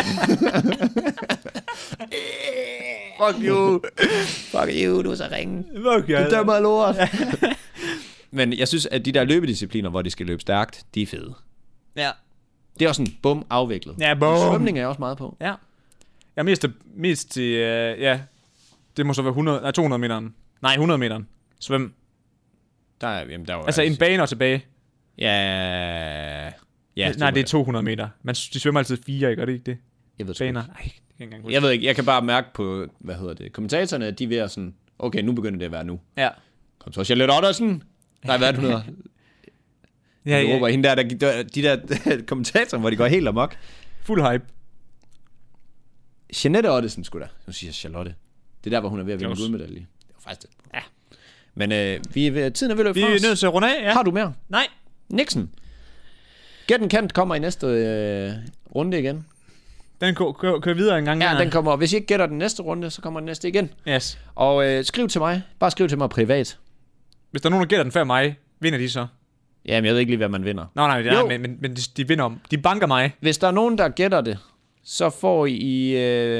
Speaker 2: Fuck you, du er så ringe. Du dømmer lort. Men jeg synes, at de der løbediscipliner, hvor de skal løbe stærkt, de er fede.
Speaker 1: Ja.
Speaker 2: Det er også sådan, bum, afviklet.
Speaker 1: Ja, bum.
Speaker 2: Svømning er jeg også meget på.
Speaker 1: Ja. Jeg er mest til, det må så være 200 meteren. Nej, 100 meteren. Svøm.
Speaker 2: Der var
Speaker 1: altså en bane og tilbage.
Speaker 2: Ja,
Speaker 1: nej, det er 200 meter. De svømmer altid 4, ikke? Er det ikke det?
Speaker 2: Jeg ved
Speaker 1: baner.
Speaker 2: Jeg ved ikke, jeg kan bare mærke på, kommentatorerne, de er sådan, okay, nu begynder det at være nu.
Speaker 1: Ja.
Speaker 2: Kom så, Charlotte Ottersen. Nej, hvad er det, hun hedder? Jeg håber, hende der, de der kommentatorer, hvor de går helt amok.
Speaker 1: Fuld hype.
Speaker 2: Jeanette Ottesen, sgu da. Nu siger jeg Charlotte. Det er der, hvor hun er ved at vinde guldmedalje. Det var faktisk det.
Speaker 1: Ja.
Speaker 2: Men tiden er ved at løbe fra os.
Speaker 1: Vi er nødt til at runde af, ja.
Speaker 2: Har du mere?
Speaker 1: Nej.
Speaker 2: Nixon. Gæt en kant kommer i næste runde igen.
Speaker 1: Den kører videre en gang.
Speaker 2: Ja, den kommer. Hvis I ikke gætter den næste runde, så kommer den næste igen.
Speaker 1: Yes.
Speaker 2: Og skriv til mig. Bare skriv til mig privat.
Speaker 1: Hvis der er nogen, der gætter den før mig, vinder de så?
Speaker 2: Jamen, jeg ved ikke lige, hvad man vinder.
Speaker 1: Nej, men de vinder om. De banker mig.
Speaker 2: Hvis der er nogen, der gætter det, så får I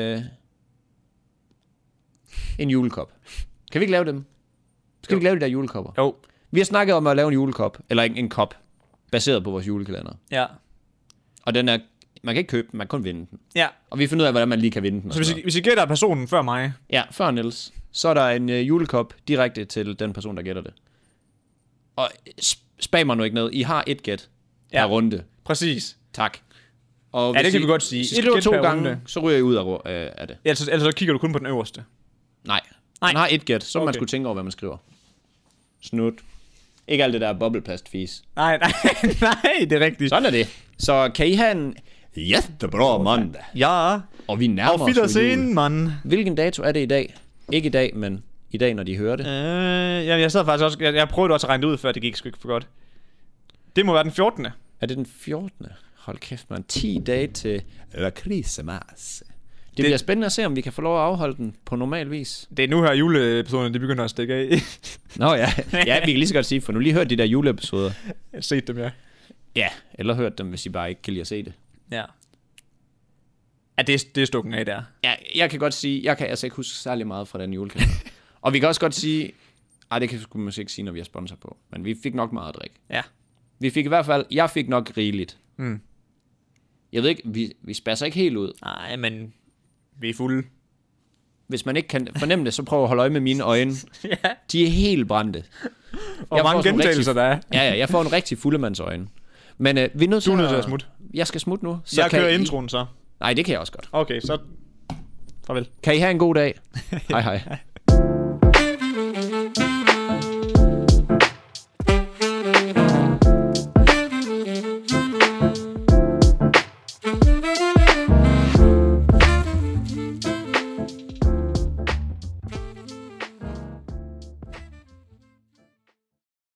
Speaker 2: en julekop. Kan vi ikke lave dem? Skal vi ikke lave de der julekopper?
Speaker 1: Jo.
Speaker 2: Vi har snakket om at lave en julekop, eller en kop, baseret på vores julekalender.
Speaker 1: Ja.
Speaker 2: Og den er, man kan ikke købe den, man kan kun vinde den.
Speaker 1: Ja.
Speaker 2: Og vi finder ud af, hvordan man lige kan vinde den.
Speaker 1: Så hvis I gætter personen før mig?
Speaker 2: Ja, før Niels. Så er der en julekop direkte til den person, der gætter det. Og spam mig nu ikke ned. I har et gæt per runde.
Speaker 1: Præcis.
Speaker 2: Tak. Og
Speaker 1: det kan vi godt sige.
Speaker 2: Hvis I skriver 2 gange, så ryger I ud af det.
Speaker 1: Ellers så kigger du kun på den øverste.
Speaker 2: Nej. Man har et gæt, så man skulle tænke over, hvad man skriver. Snut. Ikke alt det der bobleplast-fis.
Speaker 1: Nej, det er rigtigt.
Speaker 2: Sådan er det. Så kan I have en jättebra mandag.
Speaker 1: Ja.
Speaker 2: Og vi nærmer os
Speaker 1: Wiedersehen, mand.
Speaker 2: Hvilken dato er det i dag? Ikke i dag, men i dag, når de hører det.
Speaker 1: Jeg sad faktisk også... Jeg prøvede også at regne det ud, før det gik sgu ikke for godt. Det må være den 14.
Speaker 2: Er det den 14. Hold kæft, man. 10 dage til La Christmas. Det bliver spændende at se, om vi kan få lov at afholde den på normal vis.
Speaker 1: Det er nu her juleepisoderne, de begynder at stikke af.
Speaker 2: Nå ja. Ja, vi kan lige så godt sige, for nu lige hørt de der juleepisoder.
Speaker 1: Jeg har set dem, ja.
Speaker 2: Ja, eller hørt dem, hvis I bare ikke kan lide at se det.
Speaker 1: Ja. Ja, det er stukken af der.
Speaker 2: Ja, jeg kan godt sige, jeg kan altså ikke huske særlig meget fra den julekalender. Og vi kan også godt sige, det kan vi måske ikke sige, når vi har sponsor på, men vi fik nok meget at drikke.
Speaker 1: Ja.
Speaker 2: Vi fik i hvert fald, jeg fik nok rigeligt. Jeg ved ikke, vi spasser ikke helt ud.
Speaker 1: Nej, men vi er fulde.
Speaker 2: Hvis man ikke kan fornemme det, så prøv at holde øje med mine øjne.
Speaker 1: Ja.
Speaker 2: De er helt brændte.
Speaker 1: Og mange gentagelser, der er.
Speaker 2: Ja, jeg får en rigtig fuldemandsøjne. Men vi er nødt til,
Speaker 1: at smutte.
Speaker 2: Jeg skal smutte nu. Så
Speaker 1: jeg kører introen så.
Speaker 2: Nej, det kan jeg også godt.
Speaker 1: Okay, så farvel.
Speaker 2: Kan I have en god dag? Hej hej.